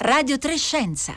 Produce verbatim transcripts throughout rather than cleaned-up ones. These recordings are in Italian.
Radio tre Scienza.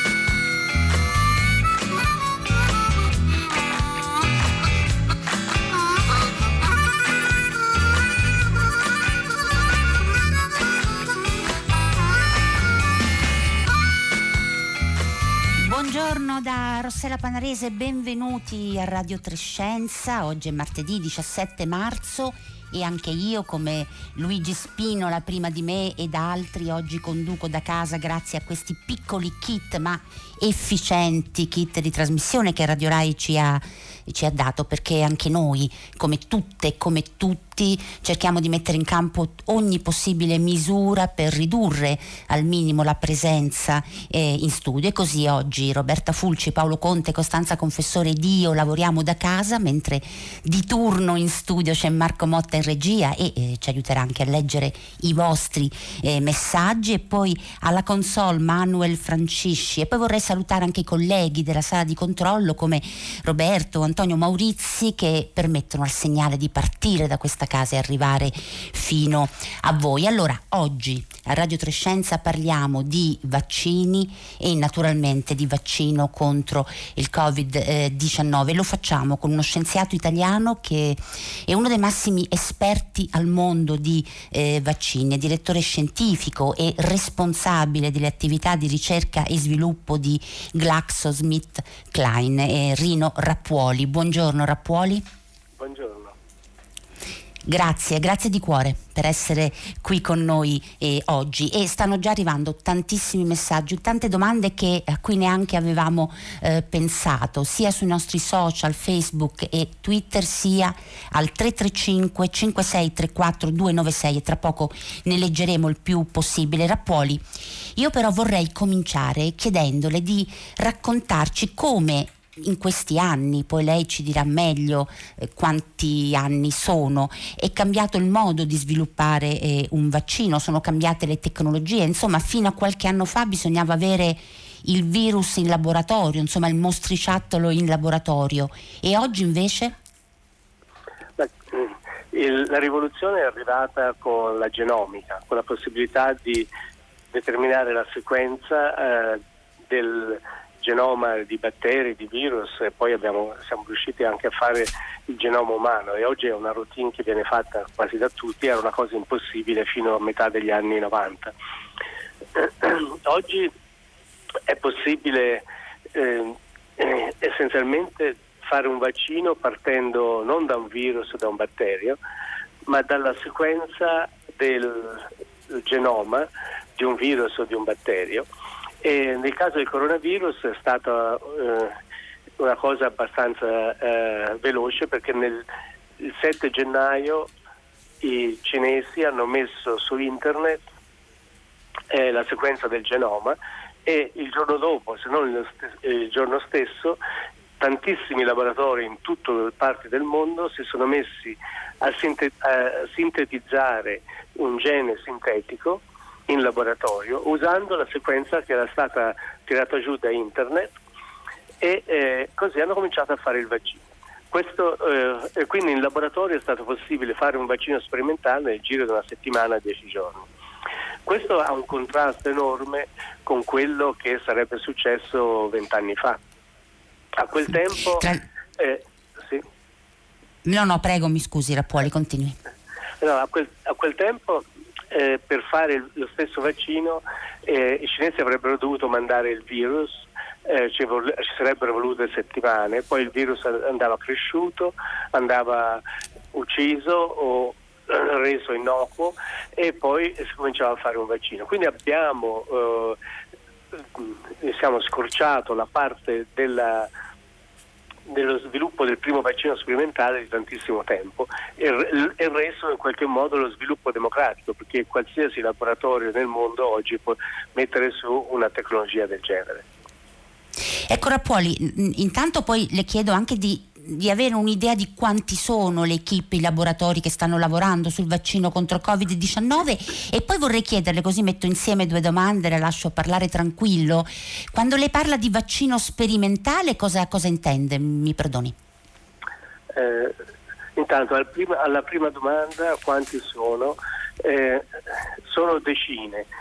Buongiorno da Rossella Panarese, benvenuti a Radio tre Scienza. Oggi è martedì diciassette marzo e anche io, come Luigi Spinola prima di me ed altri, oggi conduco da casa grazie a questi piccoli kit ma efficienti kit di trasmissione che Radio Rai ci ha, ci ha dato, perché anche noi, come tutte e come tutti, cerchiamo di mettere in campo ogni possibile misura per ridurre al minimo la presenza eh, in studio. E così oggi Roberta Fulci, Paolo Conte, Costanza Confessore ed io lavoriamo da casa, mentre di turno in studio c'è Marco Motta in regia e eh, ci aiuterà anche a leggere i vostri eh, messaggi, e poi alla console Manuel Francisci. E poi vorrei salutare anche i colleghi della sala di controllo come Roberto, Antonio Maurizi, che permettono al segnale di partire da questa casa e arrivare fino a voi. Allora, oggi a Radio tre Scienza parliamo di vaccini e naturalmente di vaccino contro il covid diciannove. Lo facciamo con uno scienziato italiano che è uno dei massimi esperti al mondo di eh, vaccini, è direttore scientifico e responsabile delle attività di ricerca e sviluppo di GlaxoSmithKline, è Rino Rappuoli. Buongiorno Rappuoli. Buongiorno. Grazie, grazie di cuore per essere qui con noi eh, oggi. E stanno già arrivando tantissimi messaggi, tante domande che, a cui neanche avevamo eh, pensato, sia sui nostri social, Facebook e Twitter, sia al tre tre cinque cinque sei tre quattro due nove sei, e tra poco ne leggeremo il più possibile. Rappuoli, io però vorrei cominciare chiedendole di raccontarci come in questi anni, poi lei ci dirà meglio eh, quanti anni sono, è cambiato il modo di sviluppare eh, un vaccino, sono cambiate le tecnologie. Insomma, fino a qualche anno fa bisognava avere il virus in laboratorio, insomma il mostriciattolo in laboratorio, e oggi invece? La, il, la rivoluzione è arrivata con la genomica, con la possibilità di determinare la sequenza eh, del genoma di batteri, di virus, e poi abbiamo, siamo riusciti anche a fare il genoma umano, e oggi è una routine che viene fatta quasi da tutti. Era una cosa impossibile fino a metà degli anni novanta. Oggi è possibile eh, eh, essenzialmente fare un vaccino partendo non da un virus o da un batterio, ma dalla sequenza del genoma di un virus o di un batterio. E nel caso del coronavirus è stata eh, una cosa abbastanza eh, veloce, perché nel il sette gennaio i cinesi hanno messo su internet eh, la sequenza del genoma, e il giorno dopo, se non il, st- il giorno stesso, tantissimi laboratori in tutte le parti del mondo si sono messi a, sinte- a sintetizzare un gene sintetico in laboratorio usando la sequenza che era stata tirata giù da internet, e eh, così hanno cominciato a fare il vaccino. Questo, eh, e quindi in laboratorio è stato possibile fare un vaccino sperimentale nel giro di una settimana, dieci giorni. Questo ha un contrasto enorme con quello che sarebbe successo vent'anni fa. A quel tempo eh, sì. No, no, prego, mi scusi Rappuoli, continui. No, a quel, a quel tempo Eh, per fare il, lo stesso vaccino eh, i cinesi avrebbero dovuto mandare il virus, eh, ci, vol- ci sarebbero volute settimane, poi il virus andava cresciuto, andava ucciso o eh, reso innocuo, e poi si cominciava a fare un vaccino. Quindi abbiamo eh, siamo scorciato la parte della dello sviluppo del primo vaccino sperimentale di tantissimo tempo, e, e reso in qualche modo lo sviluppo democratico, perché qualsiasi laboratorio nel mondo oggi può mettere su una tecnologia del genere. Ecco Rappuoli, intanto poi le chiedo anche di di avere un'idea di quanti sono le equip, i laboratori che stanno lavorando sul vaccino contro il covid diciannove, e poi vorrei chiederle, così metto insieme due domande, la lascio parlare tranquillo. Quando lei parla di vaccino sperimentale, cosa, cosa intende? Mi perdoni. Eh, intanto al prima, alla prima domanda, quanti sono? Eh, sono decine.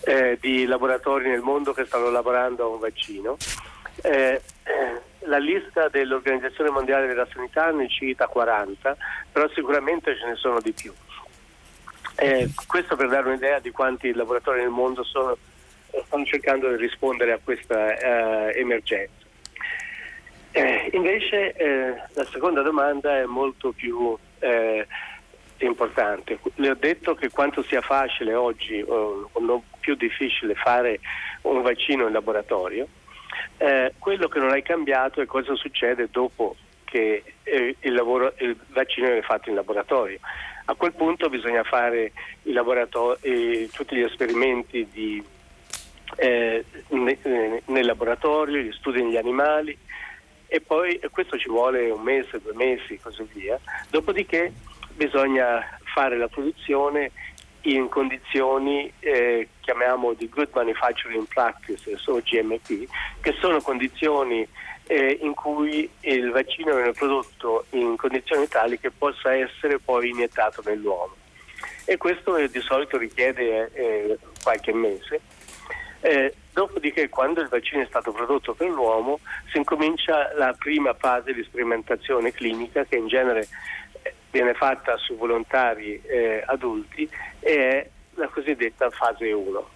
eh, di laboratori nel mondo che stanno lavorando a un vaccino. Eh, eh, la lista dell'Organizzazione Mondiale della Sanità ne cita quaranta, però sicuramente ce ne sono di più. Eh, questo per dare un'idea di quanti laboratori nel mondo sono, stanno cercando di rispondere a questa eh, emergenza. Eh, invece eh, la seconda domanda è molto più eh, importante. Le ho detto che quanto sia facile oggi o, o non più difficile fare un vaccino in laboratorio. Eh, quello che non hai cambiato è cosa succede dopo che eh, il, lavoro, il vaccino è fatto in laboratorio. A quel punto bisogna fare i laboratori, tutti gli esperimenti di, eh, ne, nel laboratorio, gli studi negli animali, e poi questo ci vuole un mese, due mesi e così via. Dopodiché bisogna fare la produzione in condizioni eh, chiamiamo di Good Manufacturing Practices o G M P, che sono condizioni eh, in cui il vaccino viene prodotto in condizioni tali che possa essere poi iniettato nell'uomo, e questo eh, di solito richiede eh, qualche mese. Eh, dopodiché, quando il vaccino è stato prodotto per l'uomo, si incomincia la prima fase di sperimentazione clinica, che in genere eh, viene fatta su volontari eh, adulti, e è la cosiddetta fase uno.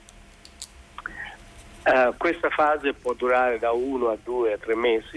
Uh, questa fase può durare da uno a due a tre mesi,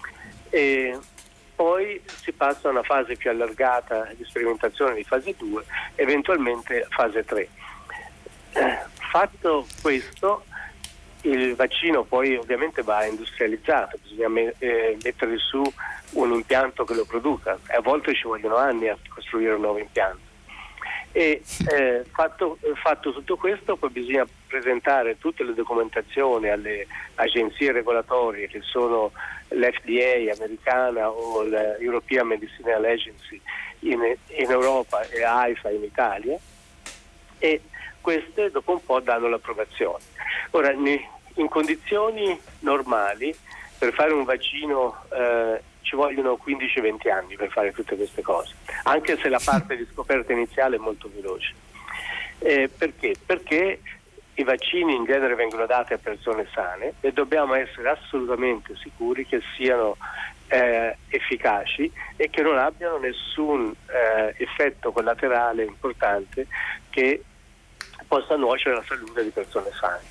e poi si passa a una fase più allargata di sperimentazione di fase due, eventualmente fase tre. Uh, fatto questo, il vaccino poi ovviamente va industrializzato, bisogna me- eh, mettere su un impianto che lo produca, e a volte ci vogliono anni a costruire un nuovo impianto. E eh, fatto, fatto tutto questo, poi bisogna presentare tutte le documentazioni alle agenzie regolatorie, che sono l'F D A americana o l'European Medicinal Agency in, in Europa e AIFA in Italia, e queste dopo un po' danno l'approvazione. Ora, in condizioni normali, per fare un vaccino eh, ci vogliono quindici venti anni per fare tutte queste cose, anche se la parte di scoperta iniziale è molto veloce. Eh, perché? Perché i vaccini in genere vengono dati a persone sane e dobbiamo essere assolutamente sicuri che siano eh, efficaci e che non abbiano nessun eh, effetto collaterale importante che possa nuocere alla salute di persone sane.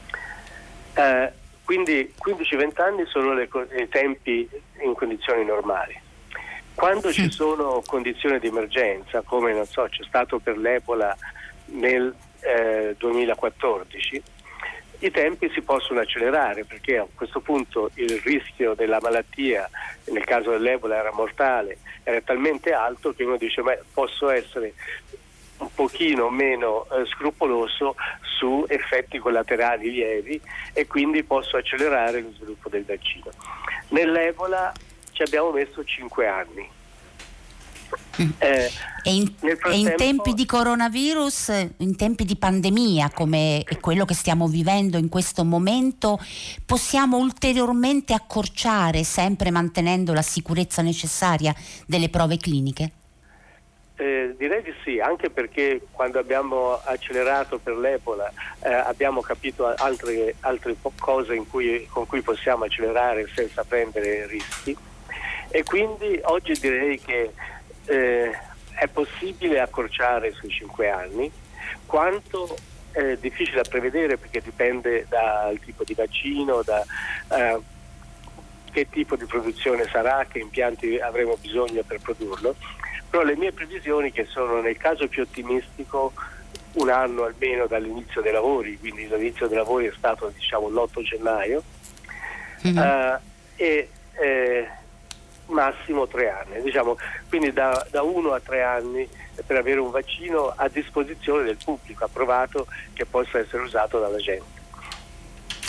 Eh, Quindi quindici venti anni sono le, i tempi in condizioni normali. Quando ci sono condizioni di emergenza, come non so, c'è stato per l'Ebola nel eh, duemilaquattordici, i tempi si possono accelerare, perché a questo punto il rischio della malattia, nel caso dell'Ebola era mortale, era talmente alto che uno dice: ma posso essere un pochino meno eh, scrupoloso su effetti collaterali lievi, e quindi posso accelerare lo sviluppo del vaccino. Nell'Ebola ci abbiamo messo cinque anni. Eh, e, in, frattempo... e in tempi di coronavirus, in tempi di pandemia come è quello che stiamo vivendo in questo momento, possiamo ulteriormente accorciare, sempre mantenendo la sicurezza necessaria delle prove cliniche? Eh, direi di sì, anche perché quando abbiamo accelerato per l'Ebola eh, abbiamo capito altre, altre cose in cui, con cui possiamo accelerare senza prendere rischi, e quindi oggi direi che eh, è possibile accorciare sui cinque anni. Quanto è difficile da prevedere, perché dipende dal tipo di vaccino, da eh, che tipo di produzione sarà, che impianti avremo bisogno per produrlo. Però le mie previsioni, che sono nel caso più ottimistico un anno almeno dall'inizio dei lavori, quindi l'inizio dei lavori è stato diciamo l'otto gennaio, mm-hmm. uh, e eh, massimo tre anni, diciamo, quindi da, da uno a tre anni per avere un vaccino a disposizione del pubblico, approvato, che possa essere usato dalla gente.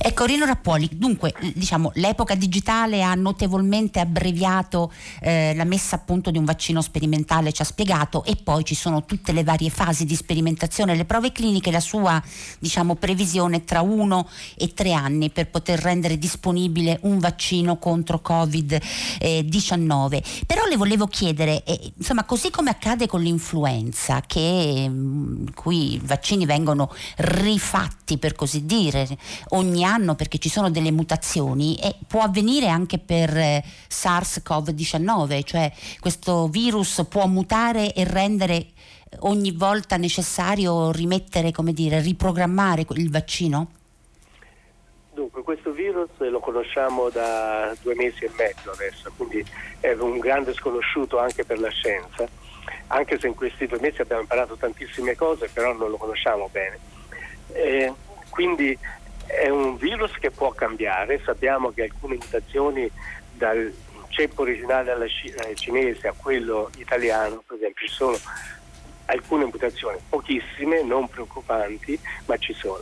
Ecco, Rino Rappuoli, dunque diciamo l'epoca digitale ha notevolmente abbreviato eh, la messa a punto di un vaccino sperimentale, ci ha spiegato, e poi ci sono tutte le varie fasi di sperimentazione, le prove cliniche, la sua diciamo previsione tra uno e tre anni per poter rendere disponibile un vaccino contro covid diciannove. Però le volevo chiedere, eh, insomma, così come accade con l'influenza, che mh, cui i vaccini vengono rifatti per così dire ogni anno perché ci sono delle mutazioni, e può avvenire anche per eh, SARS-CoV diciannove, cioè questo virus può mutare e rendere ogni volta necessario rimettere, come dire, riprogrammare il vaccino? Dunque, questo virus lo conosciamo da due mesi e mezzo adesso, quindi è un grande sconosciuto anche per la scienza, anche se in questi due mesi abbiamo imparato tantissime cose, però non lo conosciamo bene. Eh, quindi è un virus che può cambiare, sappiamo che alcune mutazioni dal ceppo originale alla cinese a quello italiano, per esempio, ci sono alcune mutazioni, pochissime, non preoccupanti, ma ci sono.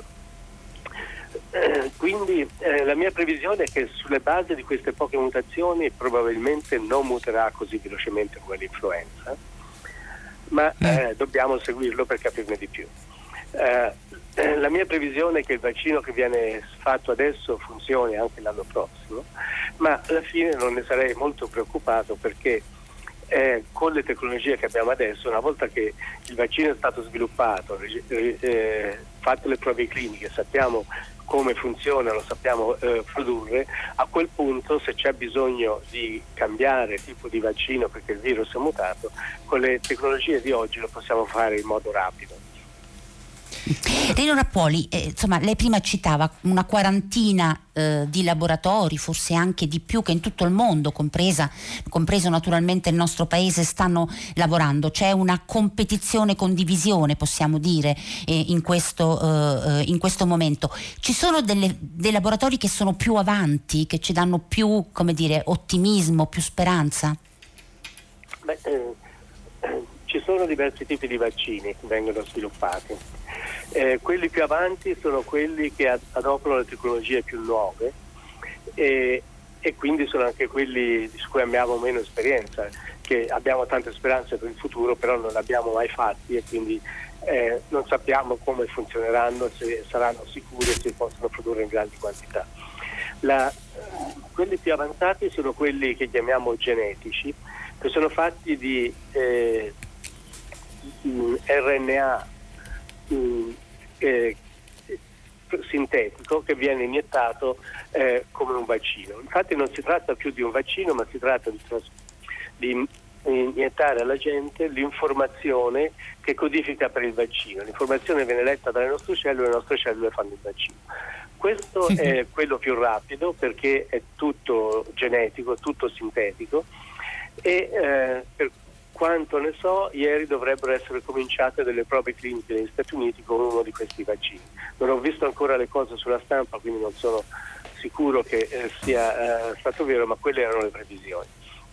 Eh, quindi eh, la mia previsione è che sulle basi di queste poche mutazioni probabilmente non muterà così velocemente come l'influenza, ma eh, dobbiamo seguirlo per capirne di più. Eh, eh, la mia previsione è che il vaccino che viene fatto adesso funzioni anche l'anno prossimo, ma alla fine non ne sarei molto preoccupato, perché eh, con le tecnologie che abbiamo adesso, una volta che il vaccino è stato sviluppato, eh, fatte le prove cliniche, sappiamo come funziona, lo sappiamo eh, produrre, a quel punto, se c'è bisogno di cambiare tipo di vaccino perché il virus è mutato, con le tecnologie di oggi lo possiamo fare in modo rapido. Rino Rappuoli, eh, insomma, lei prima citava una quarantina eh, di laboratori, forse anche di più, che in tutto il mondo, compresa, compreso naturalmente il nostro paese, stanno lavorando. C'è una competizione, condivisione, possiamo dire, eh, in, questo, eh, in questo momento. Ci sono delle, dei laboratori che sono più avanti, che ci danno più, come dire, ottimismo, più speranza? Beh, eh, eh, ci sono diversi tipi di vaccini che vengono sviluppati. Eh, quelli più avanti sono quelli che ad- adoperano le tecnologie più nuove e, e quindi sono anche quelli su cui abbiamo meno esperienza, che abbiamo tante speranze per il futuro, però non li abbiamo mai fatti e quindi eh, non sappiamo come funzioneranno, se saranno sicuri e se possono produrre in grandi quantità. La, quelli più avanzati sono quelli che chiamiamo genetici, che sono fatti di eh, R N A Eh, sintetico che viene iniettato eh, come un vaccino. Infatti non si tratta più di un vaccino, ma si tratta di, tras- di iniettare alla gente l'informazione che codifica per il vaccino. L'informazione viene letta dalle nostre cellule e le nostre cellule fanno il vaccino. Questo sì, è quello più rapido perché è tutto genetico, tutto sintetico e eh, per quanto ne so, ieri dovrebbero essere cominciate delle prove cliniche negli Stati Uniti con uno di questi vaccini. Non ho visto ancora le cose sulla stampa, quindi non sono sicuro che eh, sia eh, stato vero, ma quelle erano le previsioni.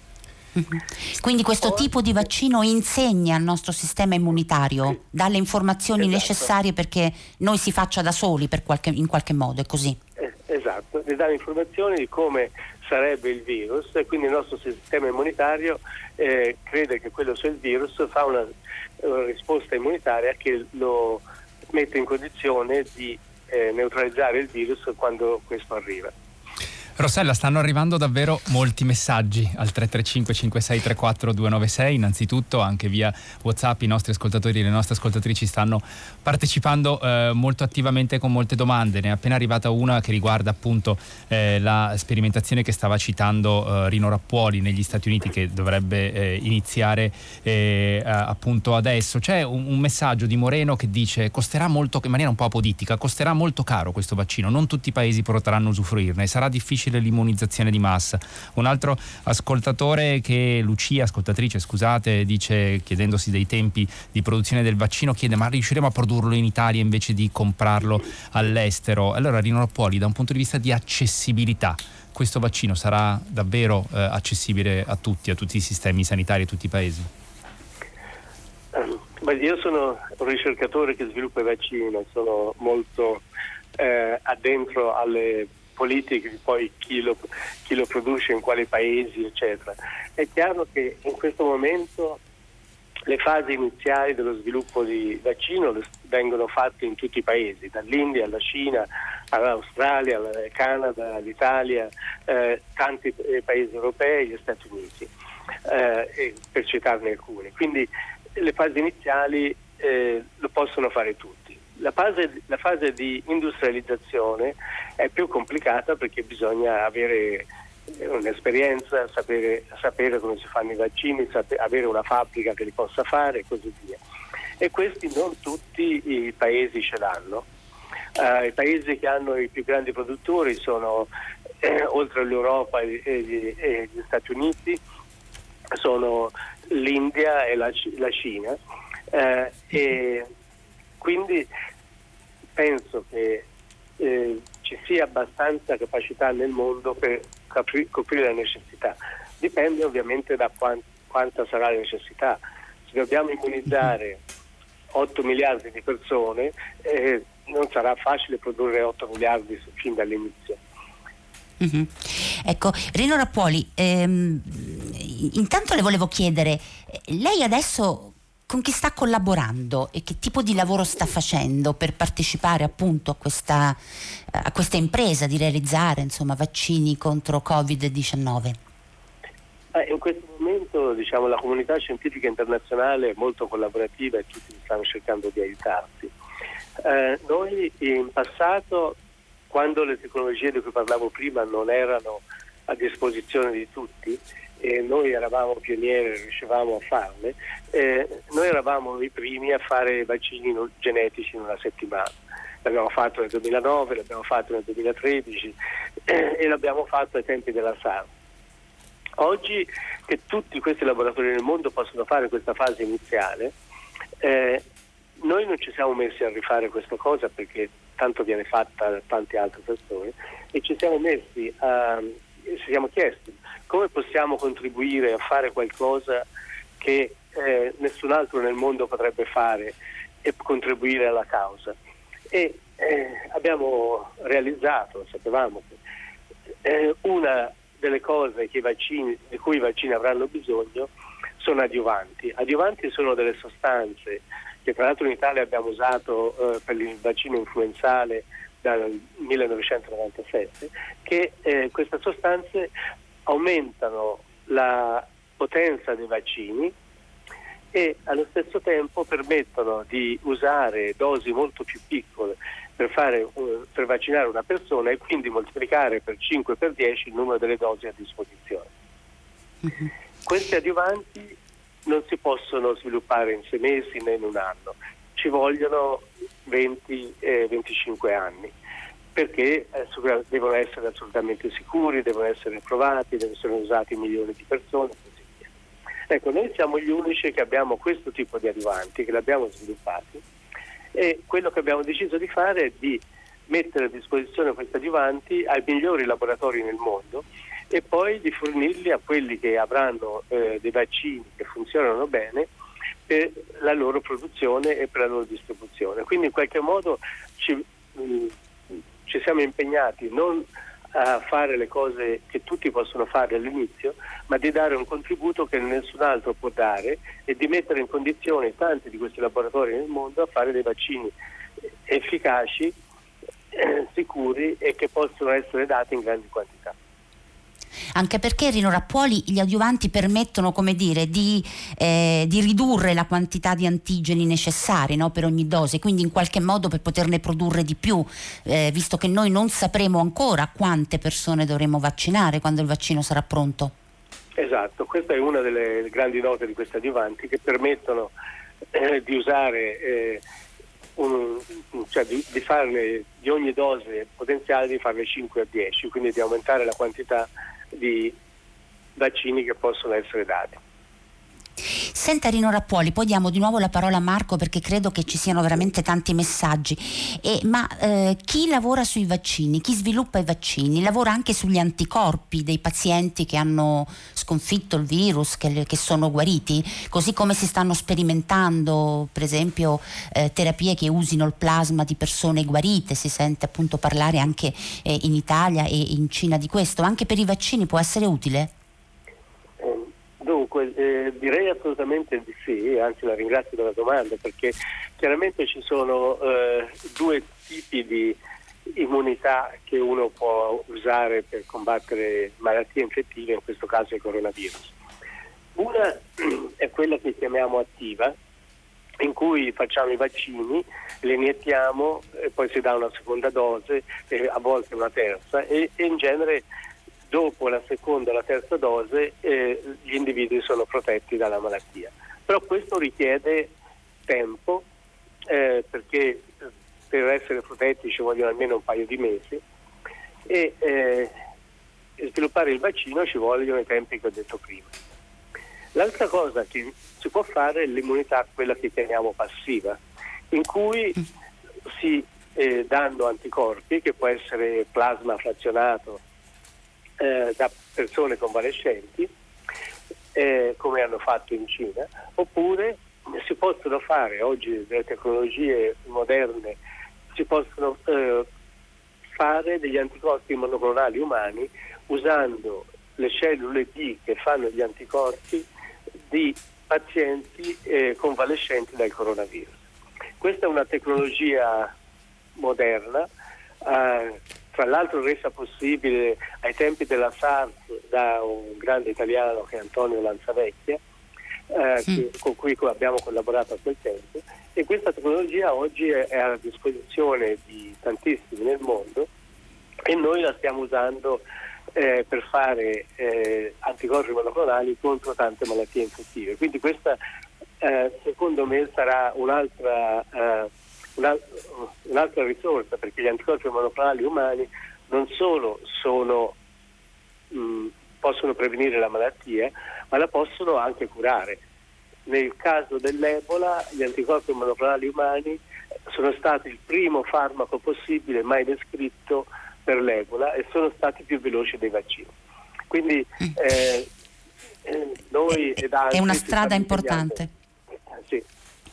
Quindi questo tipo di vaccino insegna al nostro sistema immunitario, dà le informazioni esatto. necessarie perché noi si faccia da soli per qualche, in qualche modo, è così? Eh, esatto, ne dà le informazioni di come sarebbe il virus e quindi il nostro sistema immunitario eh, crede che quello sia il virus, fa una, una risposta immunitaria che lo mette in condizione di eh, neutralizzare il virus quando questo arriva. Rossella, stanno arrivando davvero molti messaggi al tre tre cinque cinque sei tre quattro due nove sei, innanzitutto anche via WhatsApp i nostri ascoltatori e le nostre ascoltatrici stanno partecipando eh, molto attivamente con molte domande. Ne è appena arrivata una che riguarda appunto eh, la sperimentazione che stava citando eh, Rino Rappuoli negli Stati Uniti, che dovrebbe eh, iniziare eh, appunto adesso. C'è un, un messaggio di Moreno che dice: costerà molto, in maniera un po' apodittica, costerà molto caro questo vaccino, non tutti i paesi potranno usufruirne, sarà difficile l'immunizzazione di massa. Un altro ascoltatore, che Lucia, ascoltatrice scusate, dice, chiedendosi dei tempi di produzione del vaccino, chiede: ma riusciremo a produrlo in Italia invece di comprarlo all'estero? Allora, Rino Rappuoli, da un punto di vista di accessibilità, questo vaccino sarà davvero eh, accessibile a tutti, a tutti i sistemi sanitari, a tutti i paesi? Io sono un ricercatore che sviluppa i vaccini, non sono molto eh, addentro alle politiche, poi chi lo, chi lo produce in quali paesi, eccetera. È chiaro che in questo momento le fasi iniziali dello sviluppo di vaccino vengono fatte in tutti i paesi, dall'India alla Cina, all'Australia, al Canada, all'Italia, eh, tanti eh, paesi europei, gli Stati Uniti, eh, per citarne alcuni. Quindi le fasi iniziali eh, lo possono fare tutti. La fase, la fase di industrializzazione è più complicata perché bisogna avere un'esperienza, sapere, sapere come si fanno i vaccini, saper, avere una fabbrica che li possa fare e così via. E questi non tutti i paesi ce l'hanno. Uh, I paesi che hanno i più grandi produttori sono, eh, oltre all'Europa e, e, e gli Stati Uniti, sono l'India e la, la Cina. Uh, e quindi penso che eh, ci sia abbastanza capacità nel mondo per capri- coprire la necessità. Dipende ovviamente da quant- quanta sarà la necessità. Se dobbiamo immunizzare otto miliardi di persone, eh, non sarà facile produrre otto miliardi fin dall'inizio. Mm-hmm. Ecco, Rino Rappuoli, ehm, intanto le volevo chiedere, lei adesso con chi sta collaborando e che tipo di lavoro sta facendo per partecipare appunto a questa, a questa impresa di realizzare insomma vaccini contro covid diciannove? Eh, in questo momento diciamo la comunità scientifica internazionale è molto collaborativa e tutti stanno cercando di aiutarsi. Eh, noi in passato, quando le tecnologie di cui parlavo prima non erano a disposizione di tutti e noi eravamo pionieri e riuscivamo a farle, eh, noi eravamo i primi a fare vaccini genetici in una settimana. L'abbiamo fatto nel duemilanove, l'abbiamo fatto nel duemilatredici eh, e l'abbiamo fatto ai tempi della SARS. Oggi che tutti questi laboratori nel mondo possono fare questa fase iniziale, eh, noi non ci siamo messi a rifare questa cosa perché tanto viene fatta da tante altre persone e ci siamo messi a, ci siamo chiesti come possiamo contribuire a fare qualcosa che eh, nessun altro nel mondo potrebbe fare e contribuire alla causa. E eh, abbiamo realizzato, sapevamo che eh, una delle cose che i vaccini, di cui i vaccini avranno bisogno sono adiuvanti. Adiuvanti sono delle sostanze che tra l'altro in Italia abbiamo usato eh, per il vaccino influenzale dal millenovecentonovantasette, che eh, queste sostanze aumentano la potenza dei vaccini e allo stesso tempo permettono di usare dosi molto più piccole per, fare, uh, per vaccinare una persona e quindi moltiplicare per cinque per dieci il numero delle dosi a disposizione. Mm-hmm. Questi adiuvanti non si possono sviluppare in sei mesi né in un anno, ci vogliono venti venticinque anni perché eh, devono essere assolutamente sicuri, devono essere provati, devono essere usati milioni di persone e così via. Ecco, noi siamo gli unici che abbiamo questo tipo di adiuvanti, che li abbiamo sviluppati e quello che abbiamo deciso di fare è di mettere a disposizione questi adiuvanti ai migliori laboratori nel mondo e poi di fornirli a quelli che avranno eh, dei vaccini che funzionano bene per la loro produzione e per la loro distribuzione. Quindi in qualche modo ci, mh, ci siamo impegnati non a fare le cose che tutti possono fare all'inizio, ma di dare un contributo che nessun altro può dare e di mettere in condizione tanti di questi laboratori nel mondo a fare dei vaccini efficaci, eh, sicuri e che possono essere dati in grandi quantità. Anche perché, Rino Rappuoli, gli adiuvanti permettono, come dire, di, eh, di ridurre la quantità di antigeni necessari, no, per ogni dose, quindi in qualche modo per poterne produrre di più, eh, visto che noi non sapremo ancora quante persone dovremo vaccinare quando il vaccino sarà pronto. Esatto, questa è una delle grandi note di questi adiuvanti che permettono eh, di usare eh, un, cioè di, di farne di ogni dose potenziale di farne cinque a dieci, quindi di aumentare la quantità di vaccini che possono essere dati. Senta Rino Rappuoli, poi diamo di nuovo la parola a Marco perché credo che ci siano veramente tanti messaggi. E, ma eh, chi lavora sui vaccini, chi sviluppa i vaccini, lavora anche sugli anticorpi dei pazienti che hanno sconfitto il virus, che, che sono guariti, così come si stanno sperimentando per esempio eh, terapie che usino il plasma di persone guarite. Si sente appunto parlare anche eh, in Italia e in Cina di questo. Anche per i vaccini può essere utile? Dunque, eh, direi assolutamente di sì, anzi la ringrazio della domanda, perché chiaramente ci sono eh, due tipi di immunità che uno può usare per combattere malattie infettive, in questo caso il coronavirus. Una è quella che chiamiamo attiva, in cui facciamo i vaccini, li iniettiamo e poi si dà una seconda dose, e a volte una terza, e, e in genere dopo la seconda o la terza dose eh, gli individui sono protetti dalla malattia. Però questo richiede tempo eh, perché per essere protetti ci vogliono almeno un paio di mesi e eh, sviluppare il vaccino ci vogliono i tempi che ho detto prima. L'altra cosa che si può fare è l'immunità, quella che chiamiamo passiva, in cui si eh, danno anticorpi, che può essere plasma frazionato Eh, da persone convalescenti, eh, come hanno fatto in Cina, oppure si possono fare, oggi delle tecnologie moderne, si possono eh, fare degli anticorpi monoclonali umani usando le cellule B che fanno gli anticorpi di pazienti eh, convalescenti dal coronavirus. Questa è una tecnologia moderna, eh, tra l'altro resa possibile ai tempi della SARS da un grande italiano che è Antonio Lanzavecchia, eh, sì. che, con cui abbiamo collaborato a quel tempo, e questa tecnologia oggi è, è a disposizione di tantissimi nel mondo e noi la stiamo usando eh, per fare eh, anticorpi monoclonali contro tante malattie infettive. Quindi questa eh, secondo me sarà un'altra eh, un'altra risorsa, perché gli anticorpi monoclonali umani non solo sono, mh, possono prevenire la malattia, ma la possono anche curare. Nel caso dell'Ebola gli anticorpi monoclonali umani sono stati il primo farmaco possibile mai descritto per l'Ebola e sono stati più veloci dei vaccini. Quindi eh, eh, noi ed altri è una strada importante. Sì.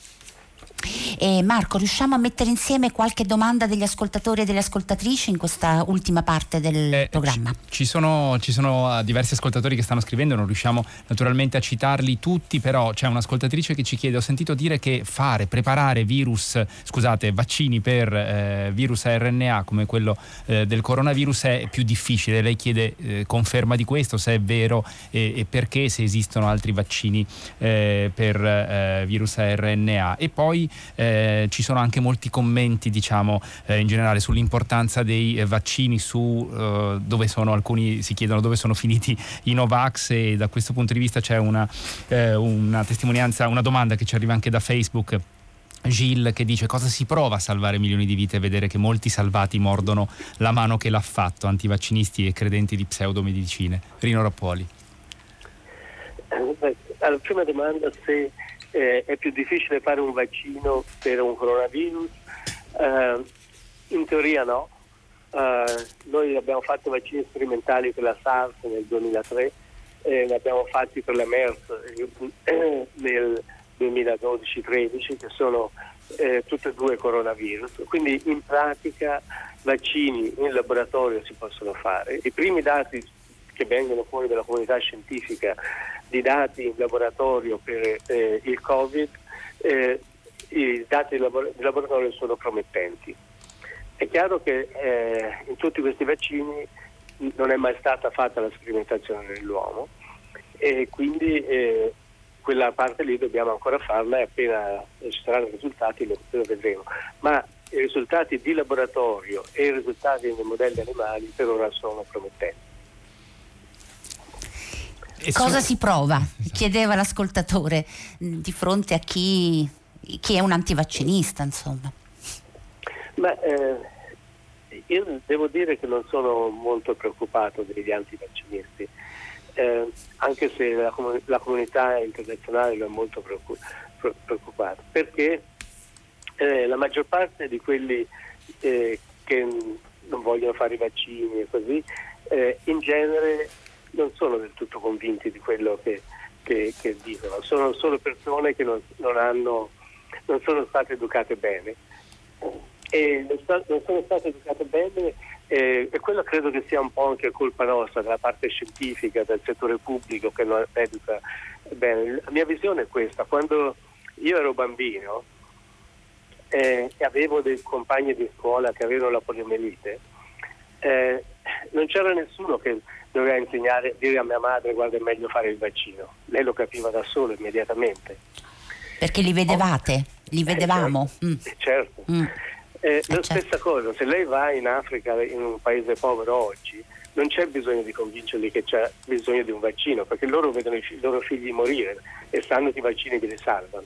E Marco, riusciamo a mettere insieme qualche domanda degli ascoltatori e delle ascoltatrici in questa ultima parte del eh, programma? Ci sono, ci sono diversi ascoltatori che stanno scrivendo, non riusciamo naturalmente a citarli tutti, però c'è un'ascoltatrice che ci chiede: ho sentito dire che fare, preparare virus, scusate, vaccini per eh, virus a R N A come quello eh, del coronavirus è più difficile. Lei chiede eh, conferma di questo, se è vero e, e perché, se esistono altri vaccini eh, per eh, virus a R N A. E poi Eh, ci sono anche molti commenti, diciamo, eh, in generale sull'importanza dei eh, vaccini, su eh, dove sono, alcuni si chiedono dove sono finiti i Novax, e da questo punto di vista c'è una, eh, una testimonianza, una domanda che ci arriva anche da Facebook. Gilles che dice: cosa si prova a salvare milioni di vite e vedere che molti salvati mordono la mano che l'ha fatto, antivaccinisti e credenti di pseudomedicine? Rino Rappuoli. Alla prima domanda, se Eh, è più difficile fare un vaccino per un coronavirus, eh, in teoria no. Eh, noi abbiamo fatto vaccini sperimentali per la SARS nel duemilatré, eh, ne abbiamo fatti per la MERS eh, nel duemiladodici tredici, che sono eh, tutte e due coronavirus. Quindi in pratica vaccini in laboratorio si possono fare. I primi dati che vengono fuori dalla comunità scientifica di dati in laboratorio per eh, il Covid, eh, i dati di, labor- di laboratorio sono promettenti. È chiaro che eh, in tutti questi vaccini non è mai stata fatta la sperimentazione nell'uomo e quindi eh, quella parte lì dobbiamo ancora farla e appena ci saranno i risultati lo, lo vedremo. Ma i risultati di laboratorio e i risultati nei modelli animali per ora sono promettenti. E cosa si prova? Chiedeva l'ascoltatore di fronte a chi, chi è un antivaccinista, insomma. Ma eh, io devo dire che non sono molto preoccupato degli antivaccinisti. eh, anche se la, com- la comunità internazionale lo è molto preoccup- preoccupata, perché eh, la maggior parte di quelli eh, che non vogliono fare i vaccini e così, eh, in genere non sono del tutto convinti di quello che, che, che dicono, sono solo persone che non, non, hanno, non sono state educate bene. E non, sta, non sono state educate bene eh, e quello credo che sia un po' anche colpa nostra, della parte scientifica, del settore pubblico che non educa bene. La mia visione è questa: quando io ero bambino eh, e avevo dei compagni di scuola che avevano la poliomielite, eh, non c'era nessuno che doveva insegnare, dire a mia madre guarda è meglio fare il vaccino, lei lo capiva da solo immediatamente. Perché li vedevate? Li vedevamo? Eh, certo. Mm. certo. Mm. Eh, la certo. stessa cosa, se lei va in Africa, in un paese povero oggi, non c'è bisogno di convincerli che c'è bisogno di un vaccino, perché loro vedono i, figli, i loro figli morire e sanno che i vaccini li salvano.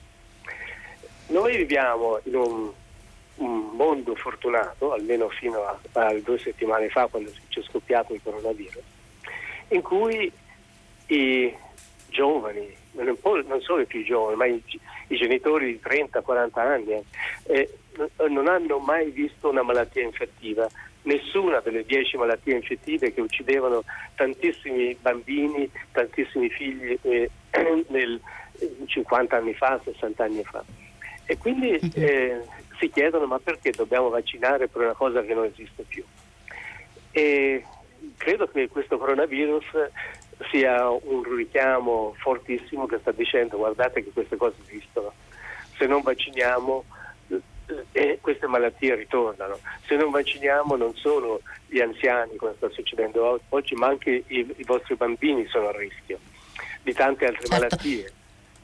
Noi viviamo in un, un mondo fortunato, almeno fino a, a due settimane fa, quando c'è scoppiato il coronavirus, in cui i giovani, non solo i più giovani, ma i, i genitori di trenta quaranta anni eh, non hanno mai visto una malattia infettiva, nessuna delle dieci malattie infettive che uccidevano tantissimi bambini, tantissimi figli eh, nel cinquanta anni fa, sessanta anni fa. E quindi eh, si chiedono ma perché dobbiamo vaccinare per una cosa che non esiste più? E credo che questo coronavirus sia un richiamo fortissimo che sta dicendo guardate che queste cose esistono, se non vacciniamo eh, queste malattie ritornano, se non vacciniamo non solo gli anziani come sta succedendo oggi, ma anche i, i vostri bambini sono a rischio di tante altre certo. malattie.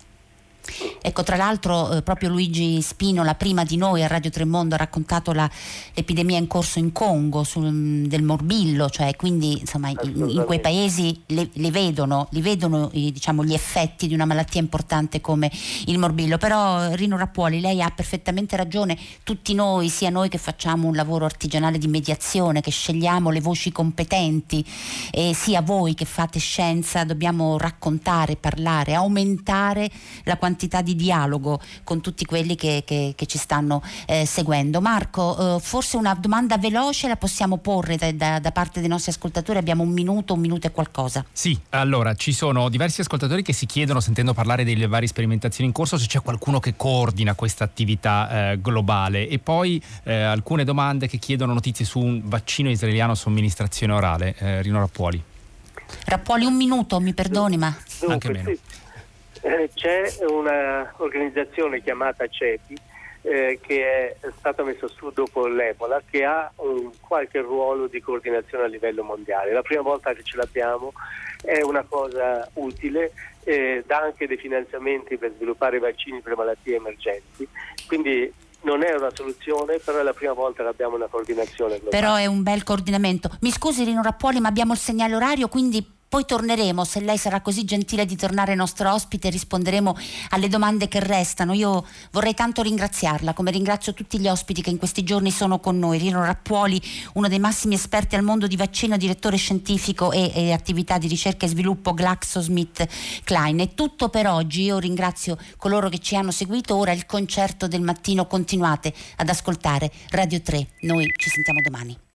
Ecco, tra l'altro eh, proprio Luigi Spinola prima di noi a Radio Tremondo ha raccontato la, l'epidemia in corso in Congo sul, del morbillo, cioè quindi insomma in, in quei paesi le, le vedono, li vedono eh, diciamo gli effetti di una malattia importante come il morbillo. Però Rino Rappuoli, lei ha perfettamente ragione, tutti noi, sia noi che facciamo un lavoro artigianale di mediazione, che scegliamo le voci competenti, e sia voi che fate scienza, dobbiamo raccontare, parlare, aumentare la quantità di dialogo con tutti quelli che, che, che ci stanno eh, seguendo. Marco, eh, forse una domanda veloce la possiamo porre da, da, da parte dei nostri ascoltatori, abbiamo un minuto, un minuto e qualcosa. Sì, allora ci sono diversi ascoltatori che si chiedono, sentendo parlare delle varie sperimentazioni in corso, se c'è qualcuno che coordina questa attività eh, globale, e poi eh, alcune domande che chiedono notizie su un vaccino israeliano a somministrazione orale. eh, Rino Rappuoli. Rappuoli, un minuto, mi perdoni, ma Dunque, anche meno. Sì. Eh, c'è un'organizzazione chiamata CEPI eh, che è stata messa su dopo l'Ebola, che ha un qualche ruolo di coordinazione a livello mondiale. La prima volta che ce l'abbiamo, è una cosa utile, eh, dà anche dei finanziamenti per sviluppare vaccini per malattie emergenti, quindi non è una soluzione, però è la prima volta che abbiamo una coordinazione globale. Però è un bel coordinamento. Mi scusi Rino Rappuoli, ma abbiamo il segnale orario, quindi poi torneremo, se lei sarà così gentile di tornare nostro ospite, risponderemo alle domande che restano. Io vorrei tanto ringraziarla, come ringrazio tutti gli ospiti che in questi giorni sono con noi. Rino Rappuoli, uno dei massimi esperti al mondo di vaccino, direttore scientifico e, e attività di ricerca e sviluppo GlaxoSmithKline. È tutto per oggi, io ringrazio coloro che ci hanno seguito. Ora il concerto del mattino, continuate ad ascoltare Radio tre, noi ci sentiamo domani.